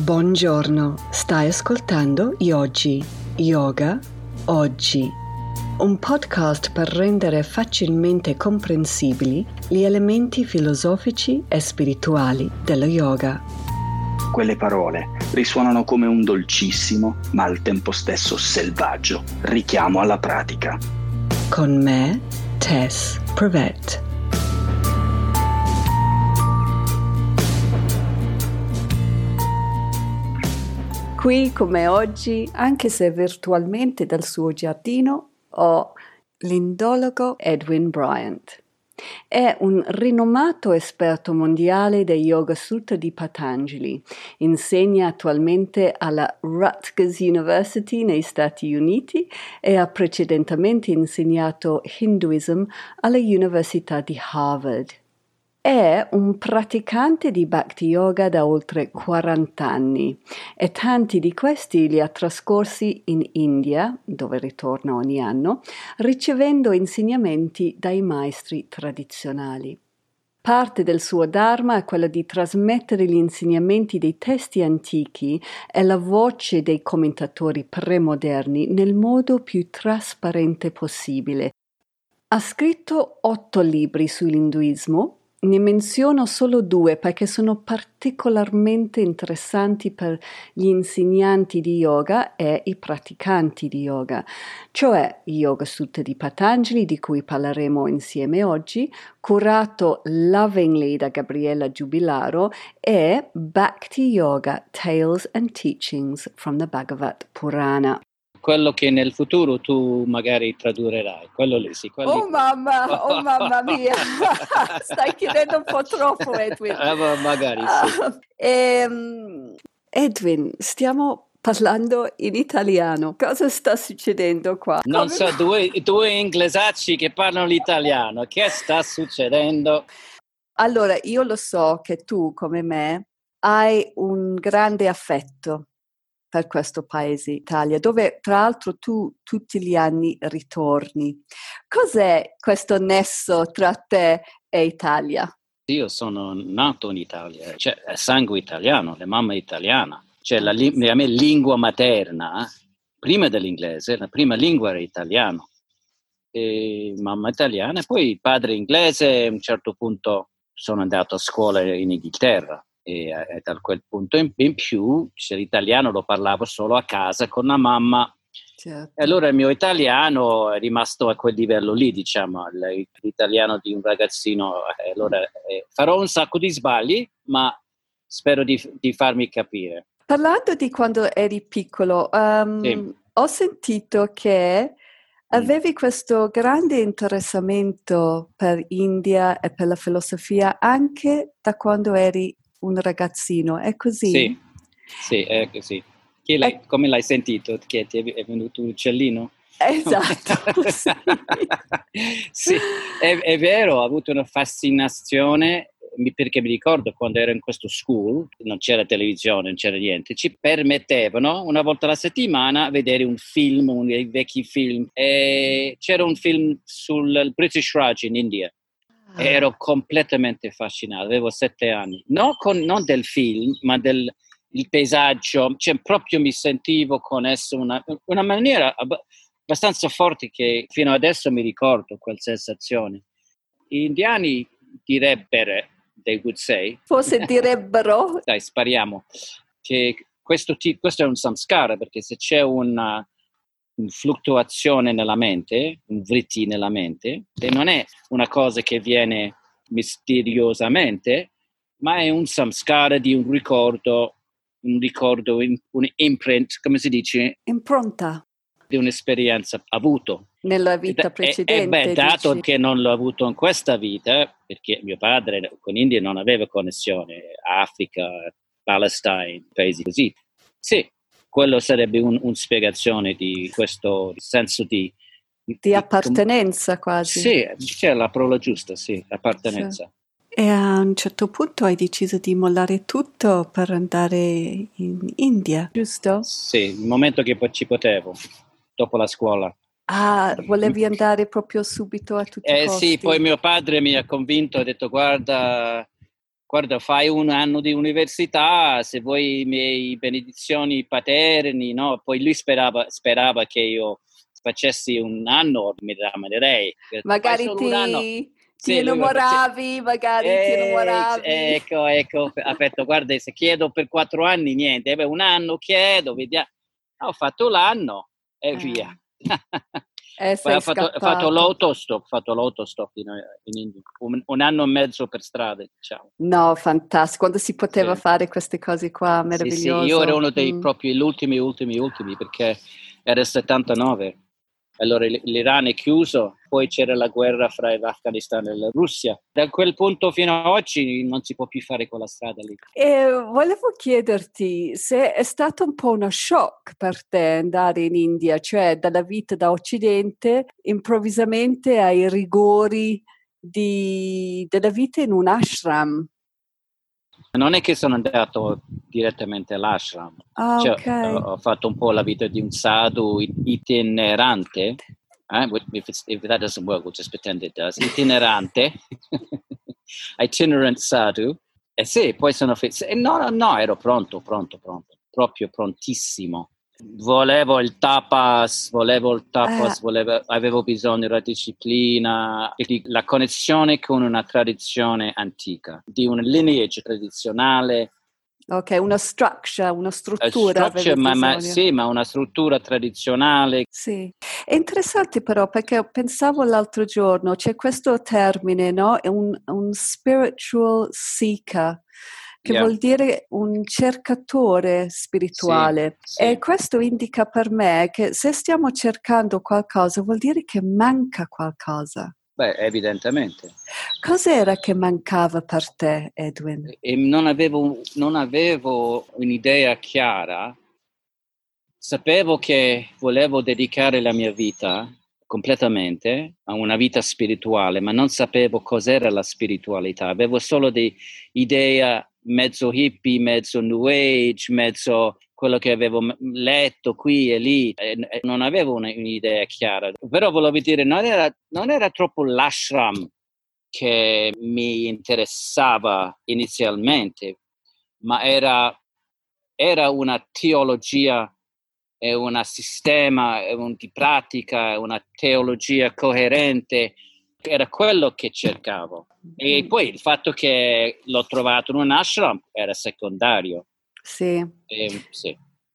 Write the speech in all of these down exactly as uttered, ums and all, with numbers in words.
Buongiorno, stai ascoltando Yogi, Yoga Oggi, un podcast per rendere facilmente comprensibili gli elementi filosofici e spirituali dello yoga. Quelle parole risuonano come un dolcissimo, ma al tempo stesso selvaggio, richiamo alla pratica. Con me, Tess Prevet. Qui, come oggi, anche se virtualmente dal suo giardino, ho l'indologo Edwin Bryant. È un rinomato esperto mondiale dei Yoga Sutta di Patanjali. Insegna attualmente alla Rutgers University negli Stati Uniti e ha precedentemente insegnato Hinduism alla Università di Harvard. È un praticante di Bhakti Yoga da oltre quaranta anni e tanti di questi li ha trascorsi in India, dove ritorna ogni anno, ricevendo insegnamenti dai maestri tradizionali. Parte del suo dharma è quello di trasmettere gli insegnamenti dei testi antichi e la voce dei commentatori premoderni nel modo più trasparente possibile. Ha scritto otto libri sull'induismo. Ne menziono solo due perché sono particolarmente interessanti per gli insegnanti di yoga e i praticanti di yoga, cioè Yoga Sutta di Patanjali, di cui parleremo insieme oggi, curato lovingly da Gabriella Giubilaro, e Bhakti Yoga Tales and Teachings from the Bhagavad Purana. Quello che nel futuro tu magari tradurrai, quello lì sì. Quelli... Oh mamma, oh mamma mia, stai chiedendo un po' troppo, Edwin. Eh, magari sì. Uh, ehm, Edwin, stiamo parlando in italiano. Cosa sta succedendo qua? Non Come... so, due, due inglesacci che parlano l'italiano, che sta succedendo? Allora, io lo so che tu, come me, hai un grande affetto per questo paese, Italia, dove tra l'altro tu tutti gli anni ritorni. Cos'è questo nesso tra te e Italia? Io sono nato in Italia, cioè è sangue italiano, la mamma è italiana, cioè la, la mia lingua materna, prima dell'inglese, la prima lingua era italiano, e mamma italiana, poi il padre inglese, a un certo punto sono andato a scuola in Inghilterra. E, e da quel punto in, in più cioè, l'italiano lo parlavo solo a casa con la mamma, certo. E allora il mio italiano è rimasto a quel livello lì, diciamo, l'italiano di un ragazzino. Allora eh, farò un sacco di sbagli, ma spero di, di farmi capire. Parlando di quando eri piccolo, um, sì. Ho sentito che avevi questo grande interessamento per India e per la filosofia anche da quando eri un ragazzino, è così? Sì, sì, è così. Chi l'hai, è... Come l'hai sentito? Che ti è venuto un uccellino? Esatto, sì. Sì, è, è vero, ho avuto una fascinazione, perché mi ricordo quando ero in questo school, non c'era televisione, non c'era niente, ci permettevano una volta alla settimana vedere un film, un dei vecchi film, e c'era un film sul British Raj in India. Ero completamente affascinato, avevo sette anni, no con, non del film, ma del il paesaggio, cioè proprio mi sentivo con esso una, una maniera abbastanza forte che fino adesso mi ricordo quella sensazione. Gli indiani direbbero, they would say, forse direbbero, dai spariamo, che questo, questo è un samskara, perché se c'è una una fluttuazione nella mente, un vritti nella mente, e non è una cosa che viene misteriosamente, ma è un samskara di un ricordo, un ricordo, un imprint, come si dice? Impronta. Di un'esperienza avuto. Nella vita precedente. E, e beh, dato dici. che non l'ho avuto in questa vita, perché mio padre con India non aveva connessione, Africa, Palestine, paesi così, sì. Quello sarebbe un, un spiegazione di questo senso di... Di, di appartenenza di, quasi. Sì, c'è la parola giusta, sì, appartenenza. Sì. E a un certo punto hai deciso di mollare tutto per andare in India, giusto? Sì, il momento che poi ci potevo, dopo la scuola. Ah, volevi andare proprio subito a tutti eh, i costi? Sì, poi mio padre mi ha convinto, ha detto guarda, guarda, fai un anno di università, se vuoi i miei benedizioni paterni, no? Poi lui sperava, sperava che io facessi un anno, mi ramenerei. Magari ti, ti sì, innamoravi, lui, magari eh, ti innamoravi. Ecco, ecco, aspetta, guarda, se chiedo per quattro anni, niente, eh, un anno chiedo, vediamo. Ho fatto l'anno e eh. via. Eh, sei ho fatto, scappato. fatto l'autostop, fatto l'autostop in, in India, un, un anno e mezzo per strada, diciamo. No, fantastico, quando si poteva sì. fare queste cose qua, meraviglioso. Sì, sì, io ero uno dei mm. proprio gli ultimi, ultimi, ultimi, perché era il settantanove. Allora l'Iran è chiuso, poi c'era la guerra fra l'Afghanistan e la Russia. Da quel punto fino ad oggi non si può più fare quella strada lì. E volevo chiederti se è stato un po' uno shock per te andare in India, cioè dalla vita da Occidente improvvisamente ai rigori di, della vita in un ashram. Non è che sono andato direttamente all'ashram, Ah, cioè, ok. ho fatto un po' la vita di un sadhu itinerante, eh? if, it's, if that doesn't work, we'll just pretend it does, itinerante, itinerant sadhu, e sì, poi sono fatto, no, no, no, ero pronto, pronto, pronto, proprio prontissimo. Volevo il tapas, volevo il tapas, Ah. volevo, avevo bisogno della disciplina, la connessione con una tradizione antica, di un lineage tradizionale. Ok, una structure, una struttura. Structure, ma, ma, sì, ma una struttura tradizionale. Sì, è interessante però perché pensavo l'altro giorno, c'è questo termine, no? È un, un spiritual seeker, che Yeah. vuol dire un cercatore spirituale. Sì, sì. E questo indica per me che se stiamo cercando qualcosa vuol dire che manca qualcosa. Beh, evidentemente. Cos'era che mancava per te, Edwin? E non avevo, non avevo un'idea chiara. Sapevo che volevo dedicare la mia vita completamente a una vita spirituale, ma non sapevo cos'era la spiritualità. Avevo solo di idea mezzo hippie, mezzo new age, mezzo quello che avevo letto qui e lì, e non avevo un'idea chiara. Però volevo dire, non era, non era troppo l'ashram che mi interessava inizialmente, ma era, era una teologia, è un sistema è un, di pratica, è una teologia coerente, era quello che cercavo. E poi il fatto che l'ho trovato in un ashram era secondario. Sì. E, sì.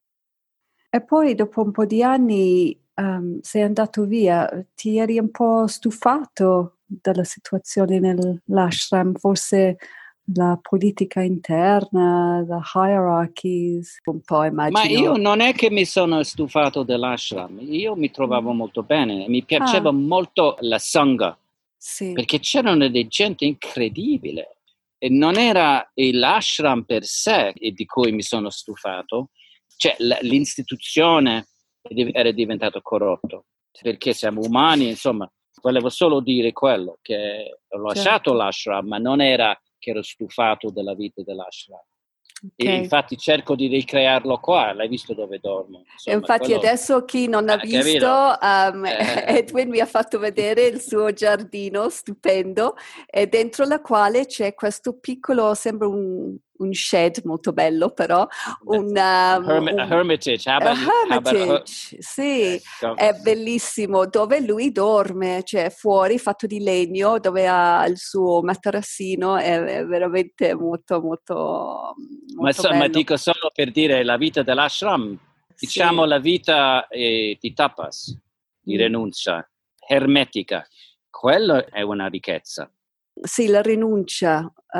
E poi dopo un po' di anni um, sei andato via, ti eri un po' stufato dalla situazione nell'ashram, forse la politica interna, la hierarchies, un po' immagino. Ma io non è che mi sono stufato dell'ashram, io mi trovavo mm. molto bene, mi piaceva ah. molto la sangha, sì. perché c'erano dei gente incredibile e non era l'ashram per sé di cui mi sono stufato, cioè l'istituzione era diventato corrotto, perché siamo umani, insomma, volevo solo dire quello, che ho lasciato certo. l'ashram, ma non era che ero stufato della vita dell'ashram. Okay. E infatti cerco di ricrearlo qua, l'hai visto dove dormo. Insomma, e infatti quello... adesso chi non ha eh, visto, um, eh. Edwin mi ha fatto vedere il suo giardino stupendo, e dentro la quale c'è questo piccolo, sembra un, un shed molto bello però, un, um, a, herm- un a hermitage, how about, a hermitage, how about, sì, ecco. È bellissimo, dove lui dorme, cioè fuori, fatto di legno, dove ha il suo materassino, è, è veramente molto molto, molto ma, so, bello. Ma dico solo per dire la vita dell'ashram, diciamo sì. La vita eh, di tapas, di mm. rinuncia, ermetica, quello è una ricchezza. Sì, la rinuncia.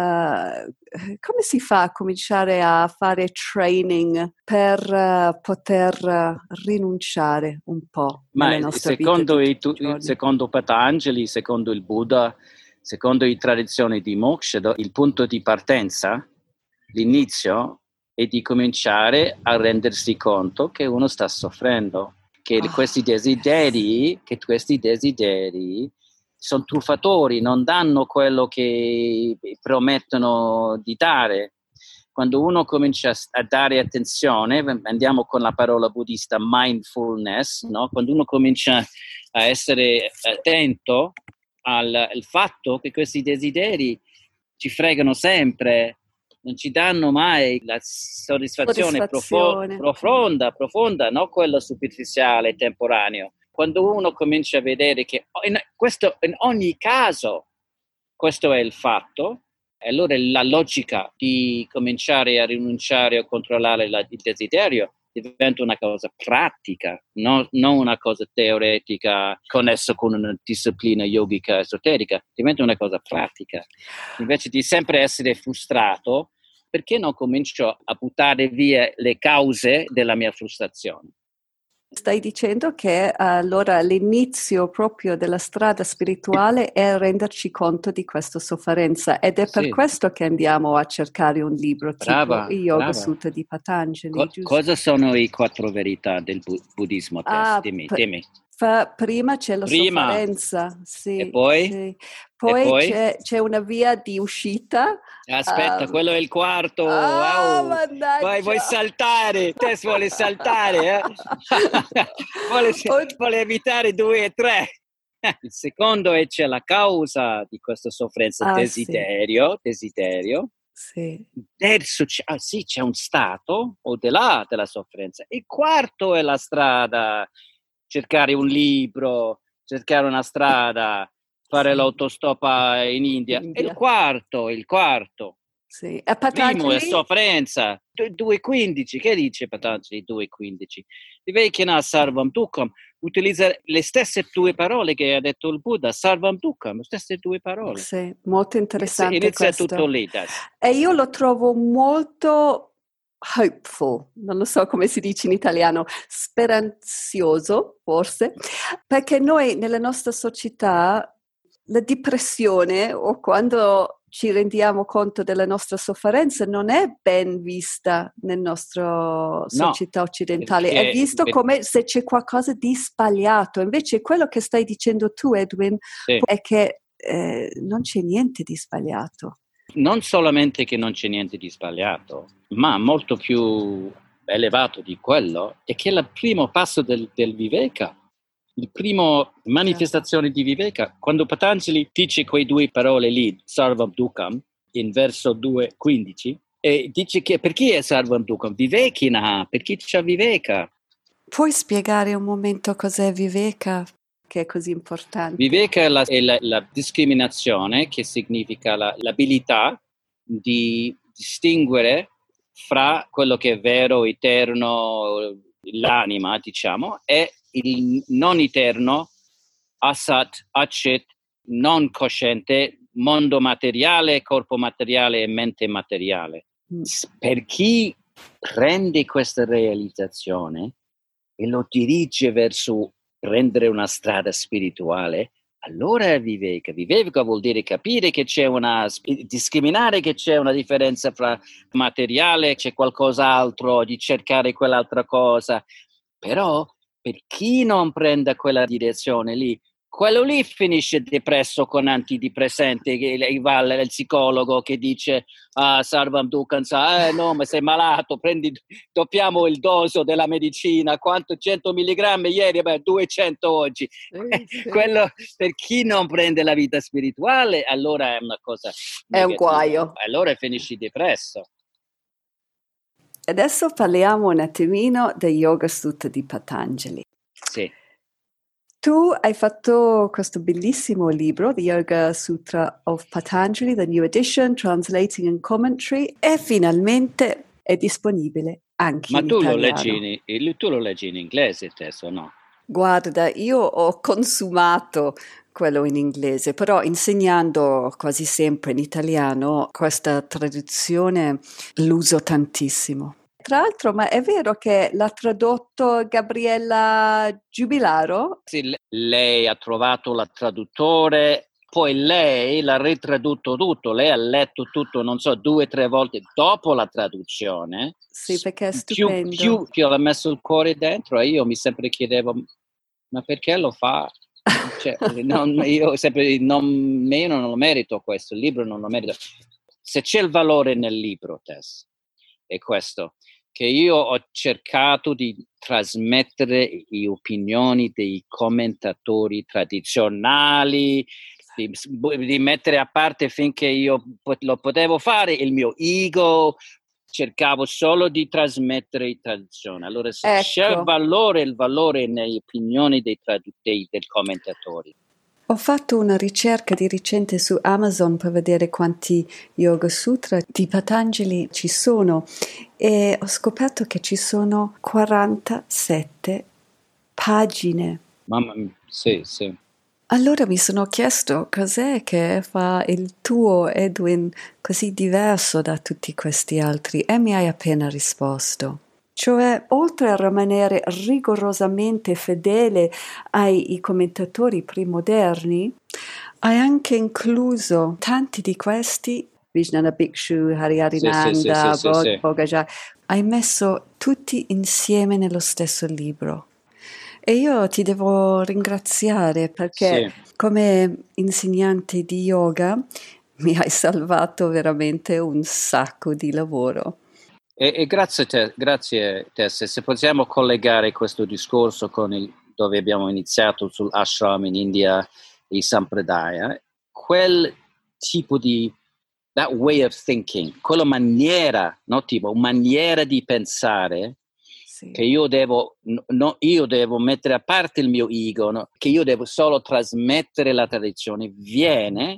Uh, come si fa a cominciare a fare training per uh, poter uh, rinunciare un po' Ma nella nostra secondo vita? I, tu, secondo Patanjali, secondo il Buddha, secondo le tradizioni di moksha, il punto di partenza, l'inizio, è di cominciare a rendersi conto che uno sta soffrendo, che oh, questi desideri, yes. che questi desideri sono truffatori, non danno quello che promettono di dare. Quando uno comincia a dare attenzione, andiamo con la parola buddista mindfulness, no? Quando uno comincia a essere attento al, al fatto che questi desideri ci fregano sempre, non ci danno mai la soddisfazione, Soddisfazione. Profo- profonda, profonda, non quella superficiale, temporanea. Quando uno comincia a vedere che in, questo, in ogni caso questo è il fatto, allora la logica di cominciare a rinunciare o controllare la, il desiderio diventa una cosa pratica, no, non una cosa teoretica connessa con una disciplina yogica esoterica, diventa una cosa pratica. Invece di sempre essere frustrato, perché non comincio a buttare via le cause della mia frustrazione? Stai dicendo che allora l'inizio proprio della strada spirituale è renderci conto di questa sofferenza, ed è per Sì. questo che andiamo a cercare un libro Brava, tipo il Yoga brava. Sutta di Patanjali, Co- giusto? cosa sono i quattro verità del bu- buddismo? Tess? Ah, dimmi, p- dimmi. fa- prima c'è la Prima, sofferenza, sì, e poi? sì. E Poi poi? c'è, c'è una via di uscita. Aspetta, um, quello è il quarto. Ah, Wow. Vai, vuoi mannaggia! saltare? Tess vuole saltare, eh? vuole, Od- vuole evitare due e tre. Il secondo è c'è la causa di questa sofferenza, Ah, sì, desiderio, desiderio. sì. Terzo, c'è, ah, sì, c'è un stato o di là della sofferenza. Il quarto è la strada, cercare un libro, cercare una strada, fare Sì. l'autostop in India. In E il India. quarto, il quarto. Sì. E Primo è Patanjali? sofferenza. due e quindici, che dice Patanjali due e quindici? Vivekina sarvam dukkham, utilizza le stesse due parole che ha detto il Buddha, sarvam dukkham, le stesse due parole. Sì, molto Inizia, interessante inizia questo. tutto lì. Tess. E io lo trovo molto hopeful, non lo so come si dice in italiano, speranzioso forse, perché noi nella nostra società la depressione, o quando ci rendiamo conto della nostra sofferenza, non è ben vista nella nostra società occidentale, perché, è visto per... come se c'è qualcosa di sbagliato. Invece quello che stai dicendo tu, Edwin, sì. è che eh, non c'è niente di sbagliato. Non solamente che non c'è niente di sbagliato, ma molto più elevato di quello è che il primo passo del, del Viveka, il primo manifestazione di Viveka, quando Patanjali dice quei due parole lì, Sarvam Dukkham, in verso due quindici, e dice che per chi è Sarvam Dukkham? Vivekina, per chi c'è Viveka. Puoi spiegare un momento cos'è Viveka, che è così importante? Viveka è la, è la, la discriminazione, che significa la, l'abilità di distinguere fra quello che è vero, eterno, l'anima, diciamo, e il non eterno, asat, achet, non cosciente, mondo materiale, corpo materiale e mente materiale. Mm. Per chi rende questa realizzazione e lo dirige verso prendere una strada spirituale, allora è Viveka. Viveka vuol dire capire che c'è una, discriminare che c'è una differenza fra materiale, c'è qualcos'altro, di cercare quell'altra cosa. Però per chi non prende quella direzione lì, quello lì finisce depresso con antidepressenti, che va al psicologo che dice ah, Sarvam Dukkham, eh no, ma sei malato, prendi, doppiamo il doso della medicina, quanto cento milligrammi ieri, beh, duecento oggi. Sì, sì. Quello, per chi non prende la vita spirituale, allora è una cosa negativa. È un guaio. Allora finisci depresso. Adesso parliamo un attimino del Yoga Sutta di Patanjali. Sì. Tu hai fatto questo bellissimo libro, The Yoga Sutra of Patanjali, the new edition, translating and commentary, e finalmente è disponibile anche Ma in tu italiano. Lo leggi in, tu lo leggi in inglese, Tess, o no? Guarda, io ho consumato quello in inglese, però insegnando quasi sempre in italiano, questa traduzione l'uso tantissimo. Tra l'altro, ma è vero che l'ha tradotto Gabriella Giubilaro? Sì, lei ha trovato la traduttore, poi lei l'ha ritradotto tutto, lei ha letto tutto, non so, due o tre volte dopo la traduzione. Sì, perché è Più, stupendo. più, più ha messo il cuore dentro e io mi sempre chiedevo, ma perché lo fa? Cioè, non, io sempre, non, io non lo merito questo, il libro non lo merito. Se c'è il valore nel libro, Tess, è questo, che io ho cercato di trasmettere le opinioni dei commentatori tradizionali, di, di mettere a parte finché io lo potevo fare il mio ego, cercavo solo di trasmettere la tradizione. Allora se ecco. c'è il valore, il valore nelle opinioni dei, dei, dei commentatori. Ho fatto una ricerca di recente su Amazon per vedere quanti Yoga Sutra di Patanjali ci sono e ho scoperto che ci sono quarantasette pagine. Mamma mia, sì, sì. Allora mi sono chiesto cos'è che fa il tuo Edwin così diverso da tutti questi altri e mi hai appena risposto. Cioè, oltre a rimanere rigorosamente fedele ai commentatori premoderni, hai anche incluso tanti di questi, Vijnana Bhikshu, Hariharinanda, sì, sì, sì, sì, sì. Bhogaja, hai messo tutti insieme nello stesso libro. E io ti devo ringraziare perché Sì. come insegnante di yoga mi hai salvato veramente un sacco di lavoro. E, e grazie, te, grazie Tessa, se possiamo collegare questo discorso con il, dove abbiamo iniziato sull'ashram in India, i sampradaya, quel tipo di, that way of thinking, quella maniera, no, tipo, maniera di pensare, sì. Che io devo, no, io devo mettere a parte il mio ego, no, che io devo solo trasmettere la tradizione, viene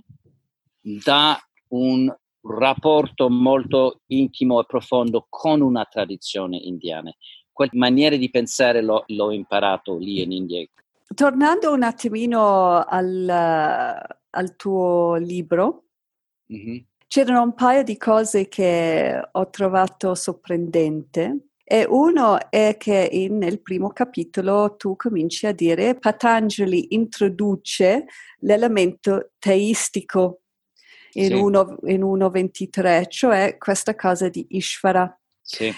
da un rapporto molto intimo e profondo con una tradizione indiana. Quella maniera di pensare l'ho, l'ho imparato lì in India. Tornando un attimino al, al tuo libro, mm-hmm. C'erano un paio di cose che ho trovato sorprendente. E uno è che in, nel primo capitolo tu cominci a dire Patanjali introduce l'elemento teistico in, sì. uno, in uno ventitré, cioè questa cosa di Ishvara. Sì.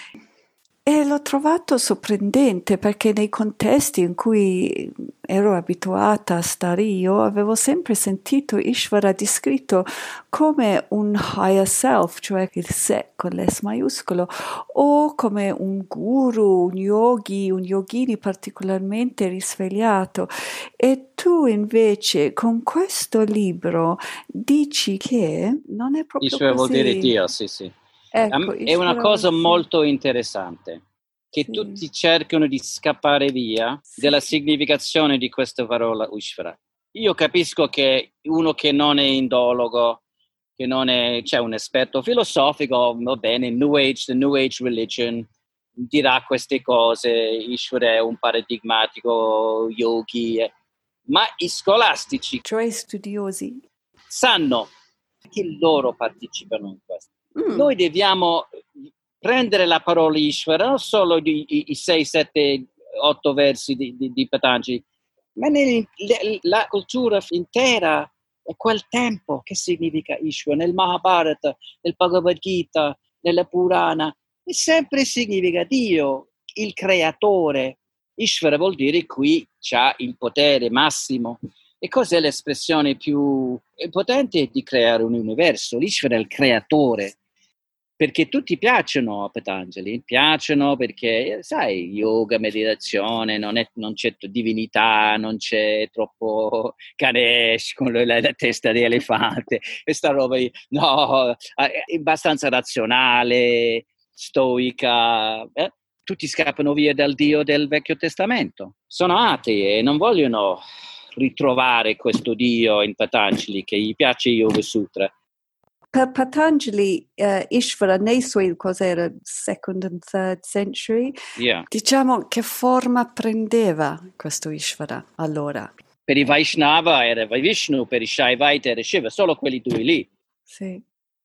E l'ho trovato sorprendente perché nei contesti in cui ero abituata a stare io avevo sempre sentito Ishvara descritto come un higher self, cioè il sé con l'S maiuscolo, o come un guru, un yogi, un yogini particolarmente risvegliato. E tu invece con questo libro dici che non è proprio Ishvara così. Vuol dire Dio, sì, sì. Ecco, è una cosa molto interessante, che sì. tutti cercano di scappare via sì. dalla significazione di questa parola Ishvara. Io capisco che uno che non è indologo, che non è, cioè un esperto filosofico, va bene, New Age, the New Age religion, dirà queste cose, Ishvara è un paradigmatico yogi, eh. Ma i scolastici, cioè studiosi, sanno che loro partecipano in questo. Mm. Noi dobbiamo prendere la parola Ishvara, non solo i, i, i sei, sette, otto versi di, di, di Patanjali, ma nel, le, la cultura intera è quel tempo che significa Ishvara. Nel Mahabharata, nel Bhagavad Gita, nella Purana, e sempre significa Dio, il creatore. Ishvara vuol dire qui c'ha il potere massimo. E cos'è l'espressione più potente di creare un universo? L'Ishvara è il creatore. Perché tutti piacciono a Patanjali, piacciono perché, sai, yoga, meditazione, non, è, non c'è divinità, non c'è troppo Ganesh con la, la testa di elefante, questa roba, no, è abbastanza razionale, stoica, eh? Tutti scappano via dal Dio del Vecchio Testamento, sono atei e non vogliono ritrovare questo Dio in Patanjali che gli piace Yoga Sutra. Per Patanjali, uh, Ishvara nei suoi, cos'era, second and third century, yeah. diciamo che forma prendeva questo Ishvara allora? Per i Vaishnava era Vishnu, per i Shaivaita era Shiva, solo quelli due lì. Sì.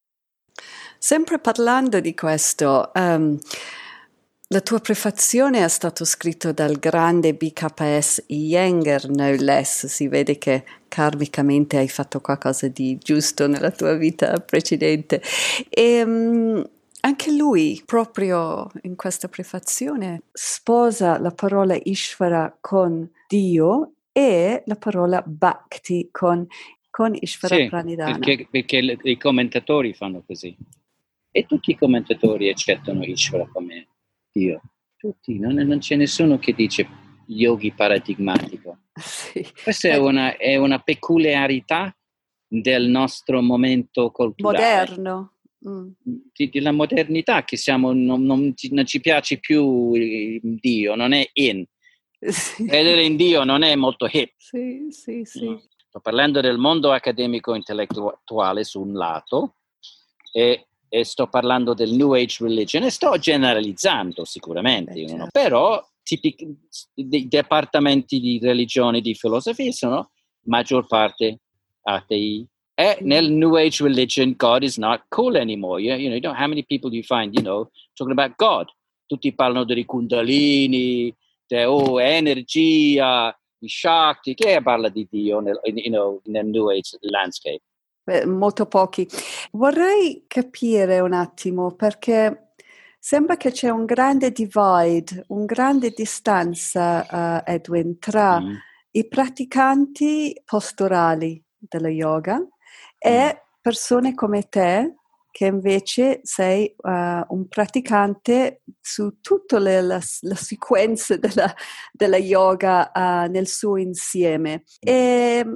Sempre parlando di questo, um, la tua prefazione è stato scritto dal grande B K S Iyengar, no less. Si vede che karmicamente hai fatto qualcosa di giusto nella tua vita precedente. E um, anche lui, proprio in questa prefazione, sposa la parola Ishvara con Dio e la parola Bhakti con, con Ishvara sì, Pranidhana. Perché, perché le, i commentatori fanno così. E tutti i commentatori accettano Ishvara come Dio, tutti, non, non c'è nessuno che dice yogi paradigmatico. Sì. Questa è una, è una peculiarità del nostro momento culturale. Moderno. Mm. Di, della modernità, che siamo, non, non, ci, non ci piace più Dio, non è in. Sì. Credere in Dio non è molto hip. Sì, sì, sì. No. Sto parlando del mondo accademico intellettuale su un lato e, e sto parlando del New Age religion e sto generalizzando sicuramente, Beh, certo. no? Però tipic, i departamenti di religione e di filosofia sono maggior parte atei. E Mm. nel New Age religion, God is not cool anymore. You, you know, you know, how many people do you find, you know, talking about God? Tutti parlano dei kundalini, de, oh, energia, di Shakti. Chi parla di Dio nel, you know, nel New Age landscape? Beh, molto pochi. Vorrei capire un attimo, perché sembra che c'è un grande divide, un grande distanza, uh, Edwin, tra Mm. i praticanti posturali della yoga e persone come te, che invece sei uh, un praticante su tutte le, le, le sequenze della, della yoga uh, nel suo insieme. E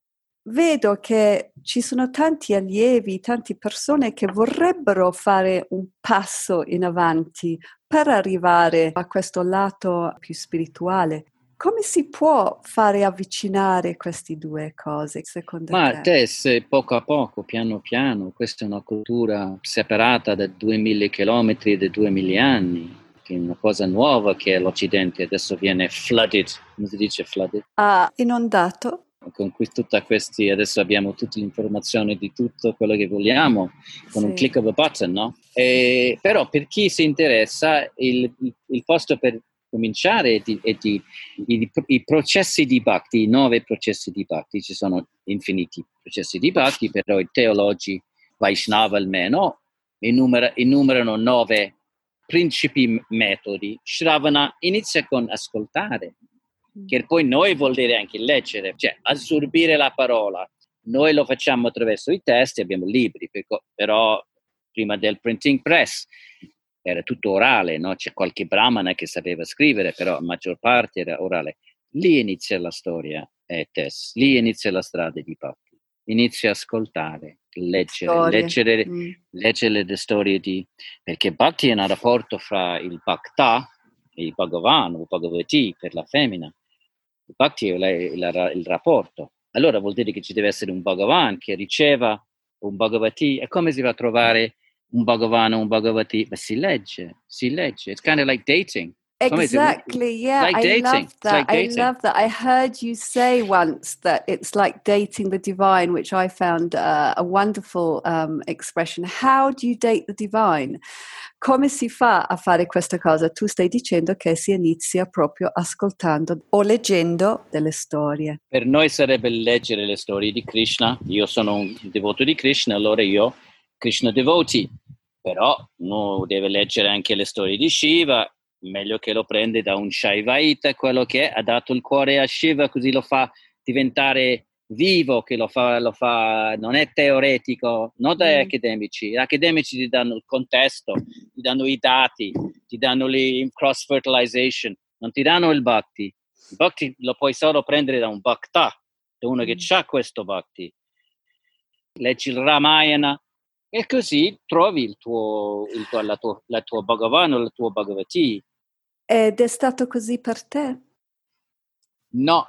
vedo che ci sono tanti allievi, tante persone che vorrebbero fare un passo in avanti per arrivare a questo lato più spirituale. Come si può fare avvicinare queste due cose, secondo Ma te? Tess, poco a poco, piano piano, questa è una cultura separata da duemila chilometri e da duemila anni, che è una cosa nuova che l'Occidente adesso viene flooded, come si dice flooded? Ah, inondato? Con cui tutta questi, adesso abbiamo tutte le informazioni di tutto quello che vogliamo, con Sì. un click of a button, no? E, però per chi si interessa, il, il, il posto per cominciare è di, è di, i, i processi di Bhakti, i nove processi di Bhakti, ci sono infiniti processi di Bhakti, però i teologi Vaishnava almeno enumera, enumerano nove principi metodi. Shravana inizia con ascoltare, che poi noi vuol dire anche leggere, cioè assorbire la parola. Noi lo facciamo attraverso i testi, abbiamo libri, però prima del printing press era tutto orale, no? C'è qualche brahmana che sapeva scrivere, però la maggior parte era orale. Lì inizia la storia, eh, Tess, lì inizia la strada di Bhakti. Inizia a ascoltare, leggere, leggere, mm. leggere le storie di... Perché Bhakti è un rapporto fra il Bhakta e il Bhagavan o Bhagavati per la femmina. Il Bhakti è il, il, il rapporto. Allora vuol dire che ci deve essere un Bhagavan che riceva un Bhagavati. E come si va a trovare un Bhagavan o un Bhagavati? Ma si legge, si legge. It's kind of like dating. Exactly, yeah, like I love that. like I love that. I heard you say once that it's like dating the divine, which I found uh, a wonderful um, expression. How do you date the divine? Come si fa a fare questa cosa? Tu stai dicendo che si inizia proprio ascoltando o leggendo delle storie. Per noi sarebbe leggere le storie di Krishna. Io sono un devoto di Krishna, allora io, Krishna devoti. Però uno deve leggere anche le storie di Shiva, meglio che lo prende da un Shaivaita, quello che ha dato il cuore a Shiva, così lo fa diventare vivo, che lo fa, lo fa non è teoretico, non dai mm. accademici. Gli accademici ti danno il contesto, ti danno i dati, ti danno le cross-fertilization, non ti danno il bhakti. Il bhakti lo puoi solo prendere da un bhakta, da uno mm. che ha questo bhakti. Leggi il Ramayana e così trovi il tuo, il tuo, la, tua, la tua Bhagavan o il tuo Bhagavati. Ed è stato così per te? No.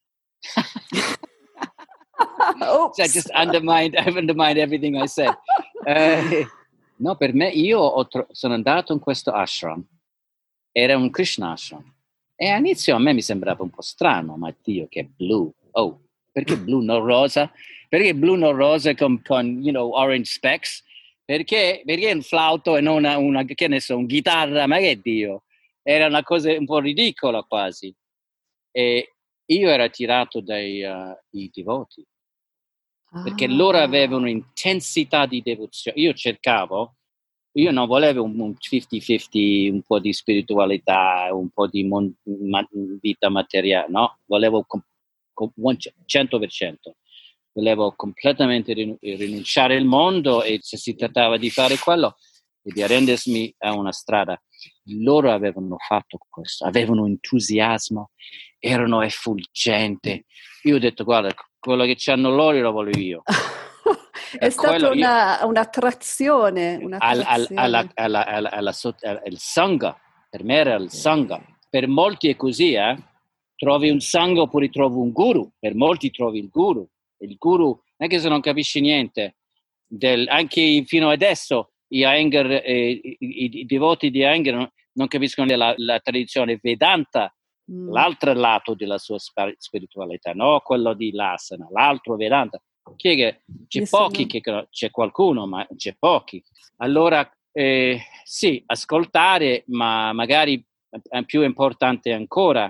So I just undermined, I've undermined everything I said. Uh, no, per me, io ho tro- sono andato in questo ashram. Era un Krishna ashram. E all'inizio a me mi sembrava un po' strano, ma Dio, che blu. Oh, perché blu non rosa? Perché blu non rosa con, con you know, orange specks? Perché, perché un flauto e non una, una, che ne so, un chitarra? Ma che Dio? Era una cosa un po' ridicola quasi. E io ero attirato dai uh, i devoti, ah. perché loro avevano un'intensità di devozione. Io cercavo, io non volevo un, un cinquanta cinquanta, un po' di spiritualità, un po' di mon- ma- vita materiale, no? Volevo com- com- cento per cento. Volevo completamente rin- rinunciare al mondo e se si trattava di fare quello e di arrendersi a una strada. Loro avevano fatto questo, avevano entusiasmo, erano effulgenti. Io ho detto, guarda, quello che c'hanno loro lo voglio io. È stata una, un'attrazione, un'attrazione. Al, al, alla, alla, alla, alla, il sangha, per me era il sangha. Per molti è così, eh? Trovi un sangha oppure trovi un guru, per molti trovi il guru. Il guru, anche se non capisci niente, del, anche fino adesso i, Iyengar, eh, i, i, i devoti di Iyengar non, non capiscono la, la tradizione Vedanta, mm. l'altro lato della sua spiritualità, no quello di l'asana, l'altro Vedanta. Che c'è Nessuno. pochi, che, c'è qualcuno, ma c'è pochi. Allora, eh, sì, ascoltare, ma magari è più importante ancora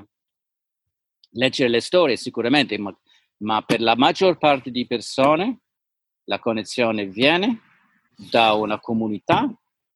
leggere le storie, sicuramente, ma, ma per la maggior parte di persone la connessione viene da una comunità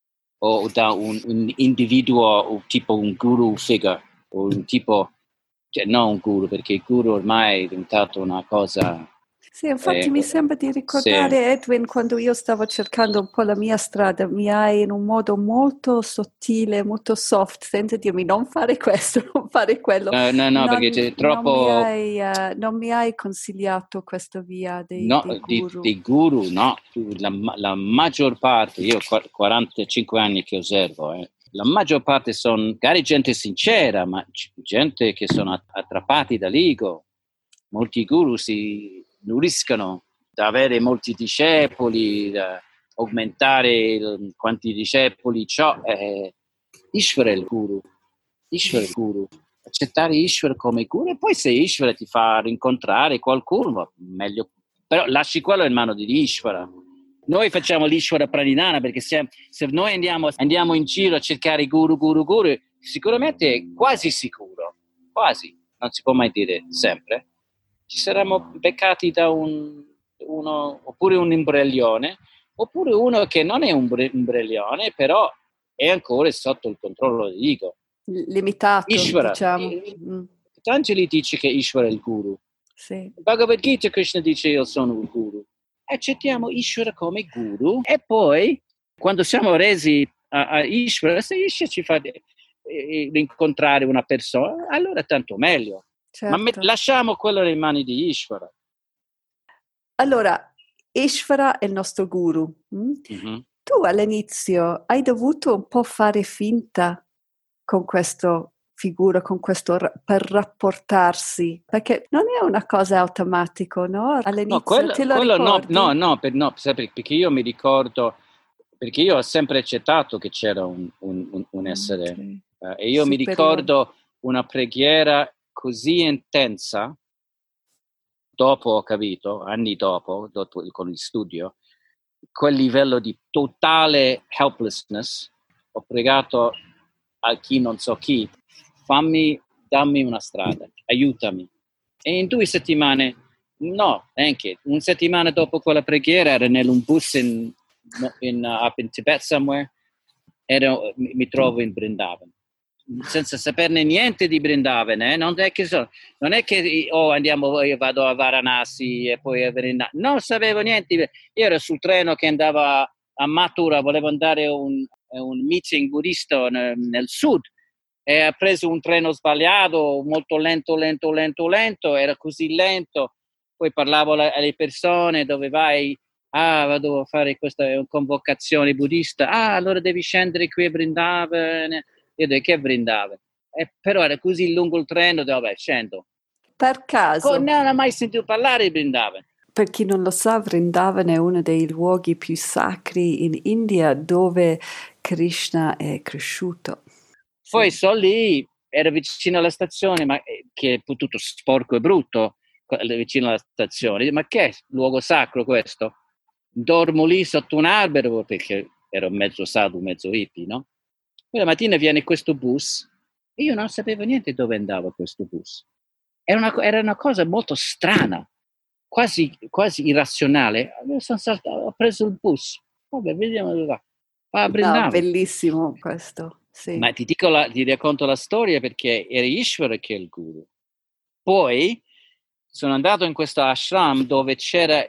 o da un, un individuo tipo un guru figure o un tipo, cioè non un guru, perché il guru ormai è diventato una cosa. Sì, infatti eh, mi sembra di ricordare, sì. Edwin, quando io stavo cercando un po' la mia strada, mi hai in un modo molto sottile, molto soft, senza dirmi non fare questo, non fare quello. No, no, no, non, perché c'è troppo. Non mi hai, uh, non mi hai consigliato questa via dei, no, dei guru. Dei guru, no. La, la maggior parte, io ho quarantacinque anni che osservo, eh. La maggior parte sono magari gente sincera, ma gente che sono attrappati dall'ego. Molti guru si nuriscono da avere molti discepoli, da aumentare il, quanti discepoli ciò è Ishvara il guru, Ishvara il guru, accettare Ishvara come guru, e poi se Ishvara ti fa rincontrare qualcuno, meglio, però lasci quello in mano di Ishvara. Noi facciamo l'Ishvara Pranidhana perché se, se noi andiamo, andiamo in giro a cercare guru, guru, guru, sicuramente è quasi sicuro, quasi, non si può mai dire sempre, ci saremmo beccati da un, uno, oppure un imbroglione, oppure uno che non è un imbroglione, però è ancora sotto il controllo dell'ego. Limitato, Ishvara. diciamo. Patanjali dice che Ishvara è il guru. Sì. Bhagavad Gita Krishna dice io sono il guru. Accettiamo Ishvara come guru e poi, quando siamo resi a, a Ishvara, se Ishvara ci fa incontrare una persona, allora tanto meglio. Certo. Ma me, lasciamo quello nelle mani di Ishvara. Allora, Ishvara è il nostro guru. Mm? Mm-hmm. Tu all'inizio hai dovuto un po' fare finta con questa figura, con questo per rapportarsi, perché non è una cosa automatica, no? All'inizio no, quello, te lo quello ricordi? No, no, no, per, no, perché io mi ricordo, perché io ho sempre accettato che c'era un, un, un essere, okay. uh, e io Superiore. Mi ricordo una preghiera così intensa, dopo ho capito, anni dopo, dopo con il studio, quel livello di totale helplessness, ho pregato a chi non so chi, fammi, dammi una strada, aiutami. E in due settimane, no, neanche, una settimana dopo quella preghiera ero in un bus in, in, uh, up in Tibet somewhere, ero, mi, mi trovo in Vrindavan. Senza saperne niente di Vrindavan, eh? non è che so, non è che oh, andiamo, io vado a Varanasi e poi a Vrindavan, non sapevo niente, io ero sul treno che andava a Mathura, volevo andare a un, a un meeting buddista nel, nel sud e ho preso un treno sbagliato, molto lento, lento, lento, lento, era così lento, poi parlavo alle persone, dove vai? Ah, vado a fare questa convocazione buddista, ah, allora devi scendere qui a Vrindavan. Io dico che Vrindavan, eh, però era così lungo il treno, vabbè, scendo. Per caso? Oh, non ho mai sentito parlare di Vrindavan. Per chi non lo sa, Vrindavan è uno dei luoghi più sacri in India dove Krishna è cresciuto. Poi sì. sono lì, ero vicino alla stazione, ma che è tutto sporco e brutto, vicino alla stazione. Ma che è? Luogo sacro questo? Dormo lì sotto un albero, perché ero mezzo sadhu, mezzo hippie, no? Poi la mattina viene questo bus e io non sapevo niente dove andava questo bus. Era una, era una cosa molto strana, quasi, quasi irrazionale. Sono saltato, ho preso il bus. Vabbè, vediamo dove va. Va a Vrindavan. No, bellissimo questo. Sì. Ma ti dico la, ti racconto la storia perché era Ishvara che è il guru. Poi sono andato in questo ashram dove c'era,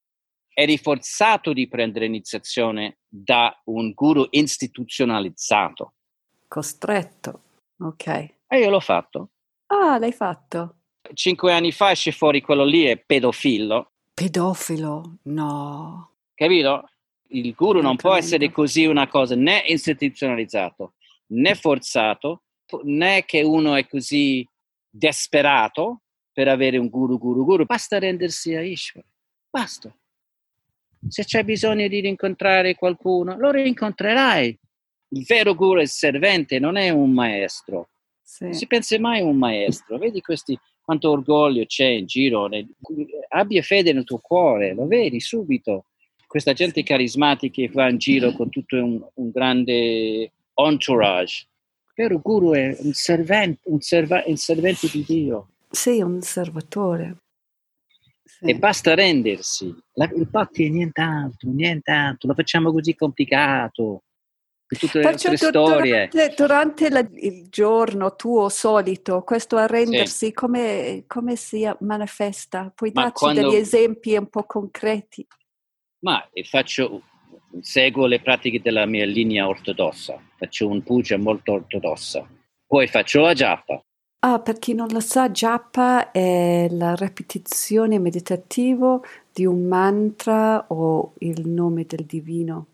eri forzato di prendere iniziazione da un guru istituzionalizzato. Costretto, ok. E io l'ho fatto. Ah, l'hai fatto? Cinque anni fa esce fuori quello lì è pedofilo. Pedofilo, no. Capito? Il guru non può Tremendo. essere così una cosa, né istituzionalizzato, né forzato, né che uno è così disperato per avere un guru, guru, guru. Basta rendersi a Ishvara. Basta. Se c'è bisogno di rincontrare qualcuno, lo rincontrerai. Il vero guru è il servente, non è un maestro. Sì. Non si pensa mai a un maestro. Vedi questi, quanto orgoglio c'è in giro. Abbia fede nel tuo cuore, lo vedi subito. Questa gente carismatica che va in giro con tutto un, un grande entourage. Il vero guru è un servente, un, serva, un servente di Dio. Sì, un servatore. Sì. E basta rendersi. La, il bhakti è nient'altro, nient'altro. Lo facciamo così complicato. Per tutte le Perciò nostre du- storie. durante, durante la- il giorno tuo solito, questo arrendersi, Sì. come, come si manifesta? Puoi Ma darci quando- degli esempi un po' concreti? Ma faccio, seguo le pratiche della mia linea ortodossa. Faccio un puja molto ortodossa. Poi faccio la japa. Ah, per chi non lo sa, japa è la ripetizione meditativa di un mantra o il nome del divino.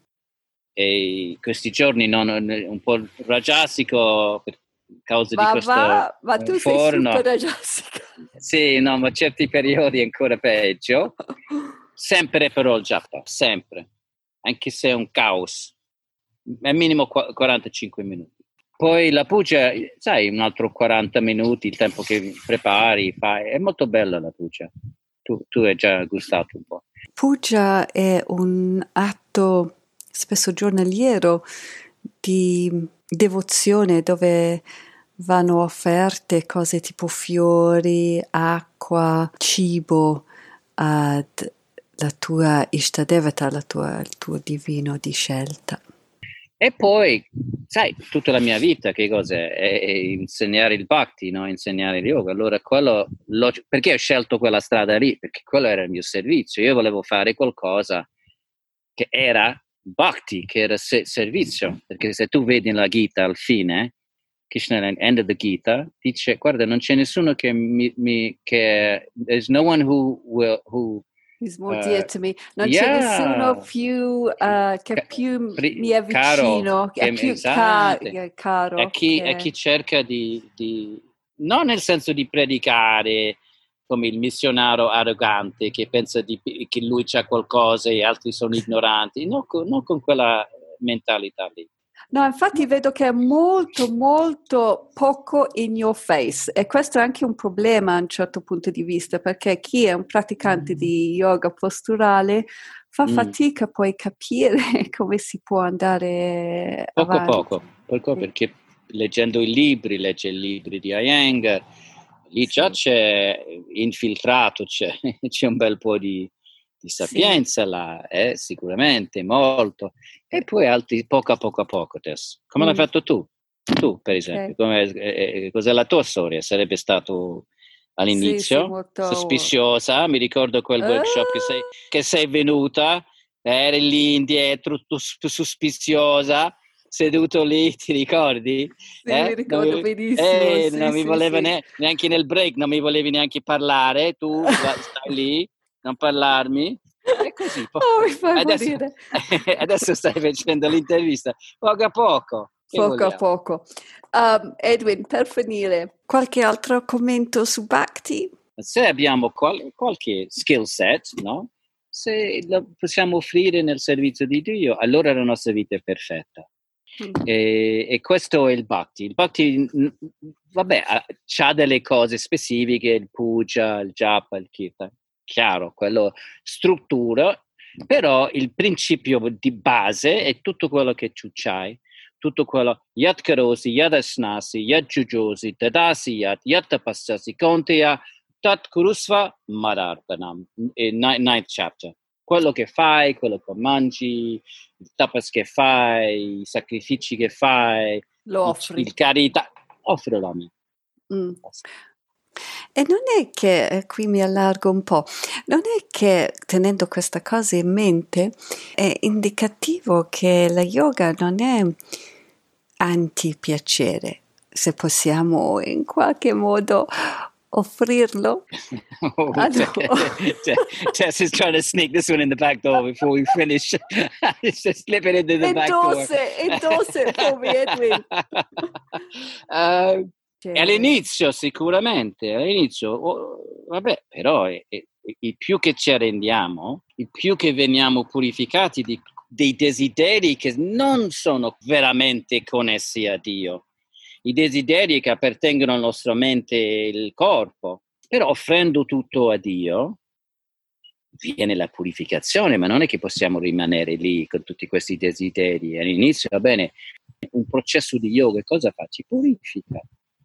E questi giorni non, un po' rajasico per causa Ma di questo va, ma tu sei forno. super rajasica. Sì, no, ma certi periodi ancora peggio. Sempre però il japa, sempre. Anche se è un caos. È minimo quarantacinque minuti. Poi la puja, sai, un altro quaranta minuti, il tempo che prepari, fai. È molto bella la puja. Tu, tu hai già gustato un po'. Puja è un atto spesso giornaliero di devozione dove vanno offerte cose tipo fiori, acqua, cibo ad la tua Ishtadevata, la tua, il tuo divino di scelta. E poi, sai, tutta la mia vita che cos'è? È, è insegnare il bhakti, no? Insegnare il yoga. Allora, quello, lo, perché ho scelto quella strada lì? Perché quello era il mio servizio. Io volevo fare qualcosa che era bhakti, che era se- servizio. Perché se tu vedi la Gita al fine, Krishna end of the Gita, dice, guarda, non c'è nessuno che mi... mi che, there's no one who will... Who, He's more Uh, dear to me. Non yeah. c'è nessuno più, uh, che Ca- più pri- mi è vicino, caro, che è che- più esatto. ca- caro. È chi, che- è chi cerca di, di, non nel senso di predicare come il missionario arrogante che pensa di, che lui c'ha qualcosa e altri sono ignoranti, non con, non con quella mentalità lì. No, infatti vedo che è molto, molto poco in your face e questo è anche un problema a un certo punto di vista, perché chi è un praticante di yoga posturale fa Mm. fatica poi a capire come si può andare Poco avanti. poco, poco Sì. perché leggendo i libri, legge i libri di Iyengar, lì già Sì. c'è infiltrato, c'è, c'è un bel po' di, di sapienza Sì. là, eh, sicuramente, molto. E poi altri poco a poco a poco, Tess. Come Mm. l'hai fatto tu? Tu, per Ok. esempio, come, eh, cos'è la tua storia? Sarebbe stato all'inizio Sì, sì, molto- sospiciosa, mi ricordo quel workshop che sei, che sei venuta, eri lì indietro, tu sospiciosa, seduto lì, ti ricordi? Sì, Eh? mi ricordo Non mi- benissimo. eh, sì, non mi sì, voleva sì. ne- neanche nel break, non mi volevi neanche parlare, tu stai lì, non parlarmi. E così, po- Oh, mi fai adesso, morire. adesso stai facendo l'intervista, poco a poco. Che Poco a vogliamo? poco. Um, Edwin, per finire, qualche altro commento su Bhakti? Se abbiamo qual- qualche skill set, no? Se lo possiamo offrire nel servizio di Dio, allora la nostra vita è perfetta. Mm. E, e questo è il Bhakti. Il Bhakti, mh, vabbè, ha delle cose specifiche, il puja, il japa, il kirtan. Chiaro, quello struttura, però il principio di base è tutto quello che tu c'hai. Tutto quello, yat karosi, yat asnasi, yat jujosi, tadasi yat, yat tapassasi, konteya, tat kurusva, madarpanam, ninth chapter. Quello che fai, quello che mangi, il tapas che fai, i sacrifici che fai, Lo offri. il, il carità, offrilo a me. Mm. E non è che, eh, qui mi allargo un po', non è che tenendo questa cosa in mente è indicativo che la yoga non è anti-piacere, se possiamo in qualche modo offrirlo? Oh, Ah, no. Tess is trying to sneak this one in the back door before we finish. Just slip it into the back door. Endorse, endorse it for me, Edwin. Uh, Cioè, all'inizio sicuramente, all'inizio, oh, vabbè, però eh, eh, il più che ci arrendiamo, il più che veniamo purificati di, dei desideri che non sono veramente connessi a Dio, i desideri che appartengono alla nostra mente e il corpo, però offrendo tutto a Dio viene la purificazione, ma non è che possiamo rimanere lì con tutti questi desideri. All'inizio, va bene, un processo di yoga cosa fa? Ci purifica.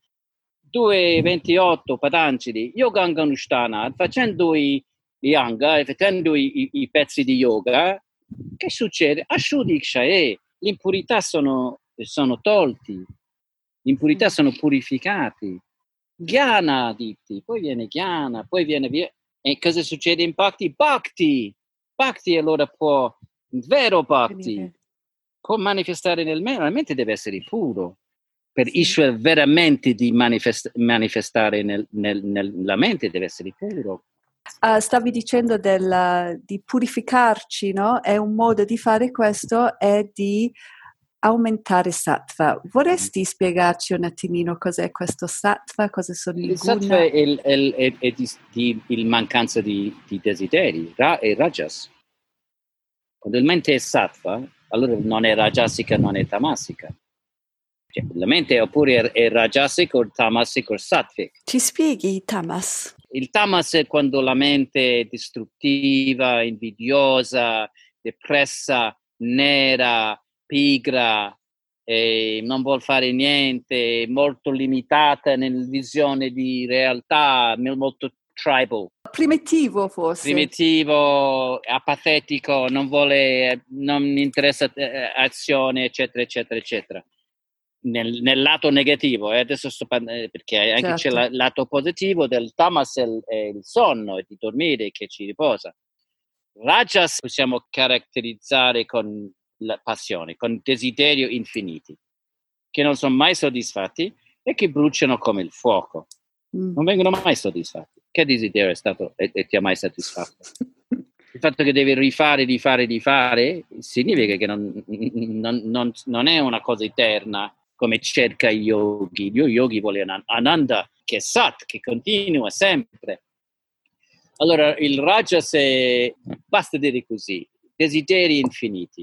due ventotto Patanjali, Yoga Anganushtana, facendo i Yanga, facendo i, i, i pezzi di yoga, che succede? Ashudiksha e l'impurità sono, sono tolti, l'impurità sono purificati. Jnana, ditti, poi viene Jnana, poi viene via. E cosa succede in Bhakti? Bhakti! Bhakti allora può, vero Bhakti, può manifestare nel mente, la mente deve essere puro. Per sì. Ishwar veramente di manifest- manifestare nel, nel, nella mente deve essere puro. Uh, stavi dicendo della, di purificarci, no? È un modo di fare questo è di aumentare sattva. Vorresti spiegarci un attimino cos'è questo sattva, cosa sono i il guna? Sattva è, il, è, il, è, è di, di, il mancanza di, di desideri, ra, è rajas. Quando il mente è sattva, allora non è rajasica, non è tamasica. Cioè, la mente è oppure è rajasic o tamasic o sattvic. Ci spieghi tamas? Il tamas è quando la mente è distruttiva, invidiosa, depressa, nera, pigra, eh, non vuol fare niente, molto limitata nella visione di realtà, molto tribal. Primitivo forse. Primitivo, apatetico, non vuole, non interessa eh, azione, eccetera, eccetera, eccetera. Nel, nel lato negativo, eh, adesso sto parlando, perché anche certo. C'è il lato positivo del tamas, è il, è il sonno, è di dormire che ci riposa. Rajas possiamo caratterizzare con la passione, con desiderio infiniti, che non sono mai soddisfatti e che bruciano come il fuoco. Mm. Non vengono mai soddisfatti. Che desiderio è stato e, e ti ha mai soddisfatto? Il fatto che devi rifare, rifare, rifare significa che non, non, non, non è una cosa eterna come cerca i yogi. Io yogi vuole Ananda, che è Sat, che continua sempre. Allora, il Rajas è, basta dire così, desideri infiniti.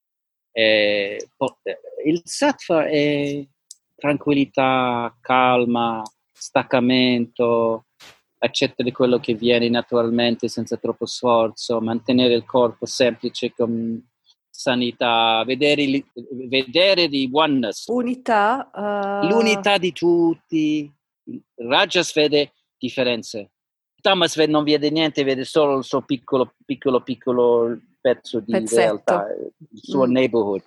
Eh, il Sattva è tranquillità, calma, staccamento, accettare quello che viene naturalmente senza troppo sforzo, mantenere il corpo semplice con sanità, vedere, vedere di oneness. Unità. Uh... L'unità di tutti. Rajas vede differenze. Tamas non vede niente, vede solo il suo piccolo, piccolo, piccolo pezzo di Pezzetto. realtà, il suo mm. neighborhood.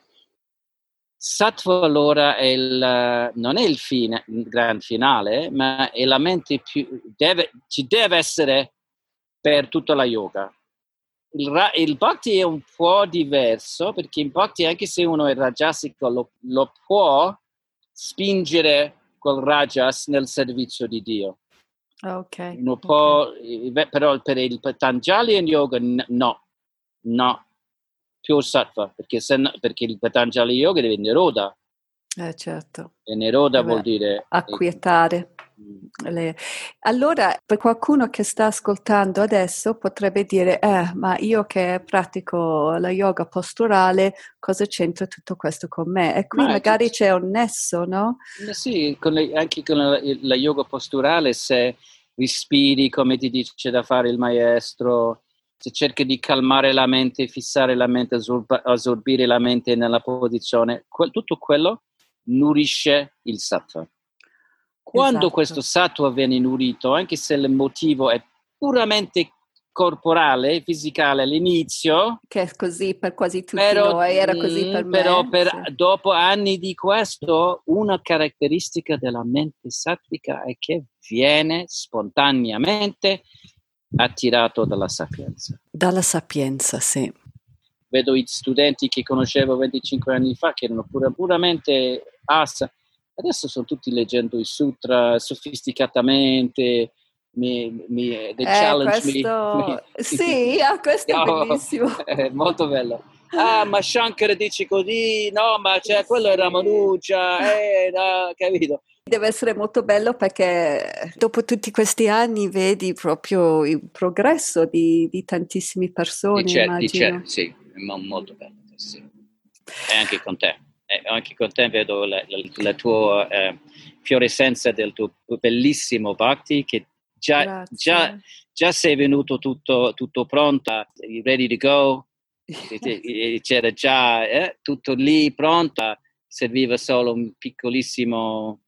Sattva allora è il, non è il fine, il gran finale, ma è la mente più, deve, ci deve essere per tutta la yoga. Il, il bhakti è un po' diverso, perché in bhakti anche se uno è rajasico lo, lo può spingere col rajas nel servizio di Dio. Okay, uno può, okay. Però per il Patanjali in yoga no, no. Più sattva, perché, se no, perché il Patanjali Yoga deve Niroda. Eh, certo. E Niroda eh vuol dire... acquietare. Mm. Le... Allora, per qualcuno che sta ascoltando adesso potrebbe dire, eh, ma io che pratico la yoga posturale, cosa c'entra tutto questo con me? E qui ma magari c'è un nesso, no? Sì, con le, anche con la, la yoga posturale, se respiri come ti dice da fare il maestro, se cerchi di calmare la mente, fissare la mente, assorbire la mente nella posizione, que- tutto quello nurisce il sattva. Quando esatto. questo sattva viene nurito, anche se il motivo è puramente corporale, fisicale all'inizio, che è così per quasi tutti però, noi, era così per però me. Per, sì. Dopo anni di questo, una caratteristica della mente sattvica è che viene spontaneamente attirato dalla sapienza. Dalla sapienza, sì. Vedo i studenti che conoscevo venticinque anni fa che erano pura, puramente asa, adesso sono tutti leggendo i sutra sofisticatamente, mi, mi the eh, challenge questo... mi, sì, ah, questo è no, bellissimo. È molto bello. Ah, ma Shankar dice così, no, ma cioè, quello è Ramanuja, eh, no, capito? Deve essere molto bello perché dopo tutti questi anni vedi proprio il progresso di, di tantissime persone, di cer- immagino. Di cer- sì, mo- molto bello, sì. E anche con te, e anche con te vedo la, la, la tua eh, fiorescenza del tuo bellissimo Bhakti, che già, già, già sei venuto tutto, tutto pronto, ready to go. C'era già eh, tutto lì pronto, serviva solo un piccolissimo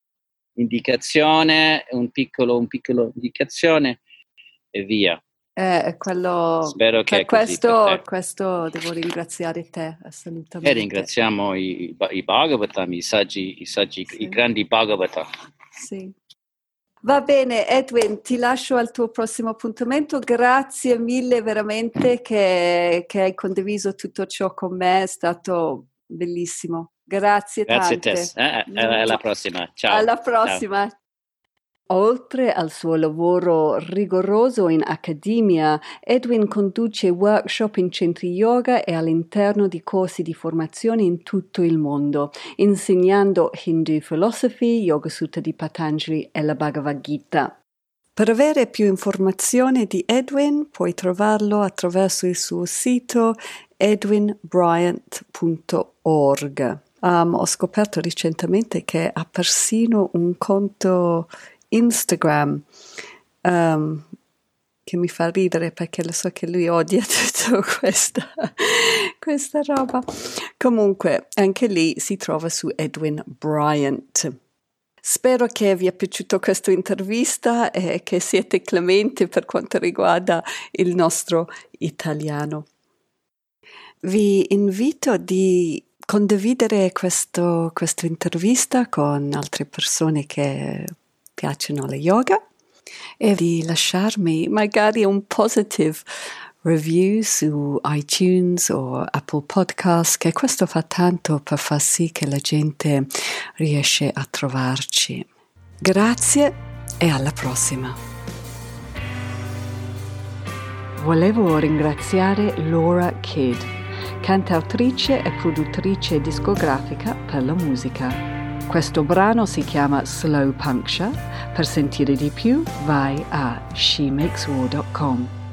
indicazione, un piccolo, un piccolo indicazione e via. Eh, quello, Spero che per è così questo, per te. questo devo ringraziare te, assolutamente. E ringraziamo i, i Bhagavatam, i saggi, i, saggi, sì. I grandi Bhagavatam. Sì. Va bene, Edwin, ti lascio al tuo prossimo appuntamento. Grazie mille veramente che, che hai condiviso tutto ciò con me, è stato bellissimo. Grazie, Grazie tante. Tess. Eh, alla prossima. Ciao. Alla prossima. Ciao. Oltre al suo lavoro rigoroso in accademia, Edwin conduce workshop in centri yoga e all'interno di corsi di formazione in tutto il mondo, insegnando Hindu philosophy, Yoga Sutta di Patanjali e la Bhagavad Gita. Per avere più informazioni di Edwin puoi trovarlo attraverso il suo sito edwin bryant punto org. Um, ho scoperto recentemente che ha persino un conto Instagram um, che mi fa ridere perché lo so che lui odia tutta questa, questa roba. Comunque anche lì si trova su Edwin Bryant. Spero che vi è piaciuta questa intervista e che siete clementi per quanto riguarda il nostro italiano. Vi invito di condividere questo, questa intervista con altre persone che piacciono la yoga e di lasciarmi magari un positive review su iTunes o Apple Podcast, che questo fa tanto per far sì che la gente riesce a trovarci. Grazie e alla prossima. Volevo ringraziare Laura Kidd, cantautrice e produttrice discografica per la musica. Questo brano si chiama Slow Puncture. Per sentire di più vai a she makes war dot com.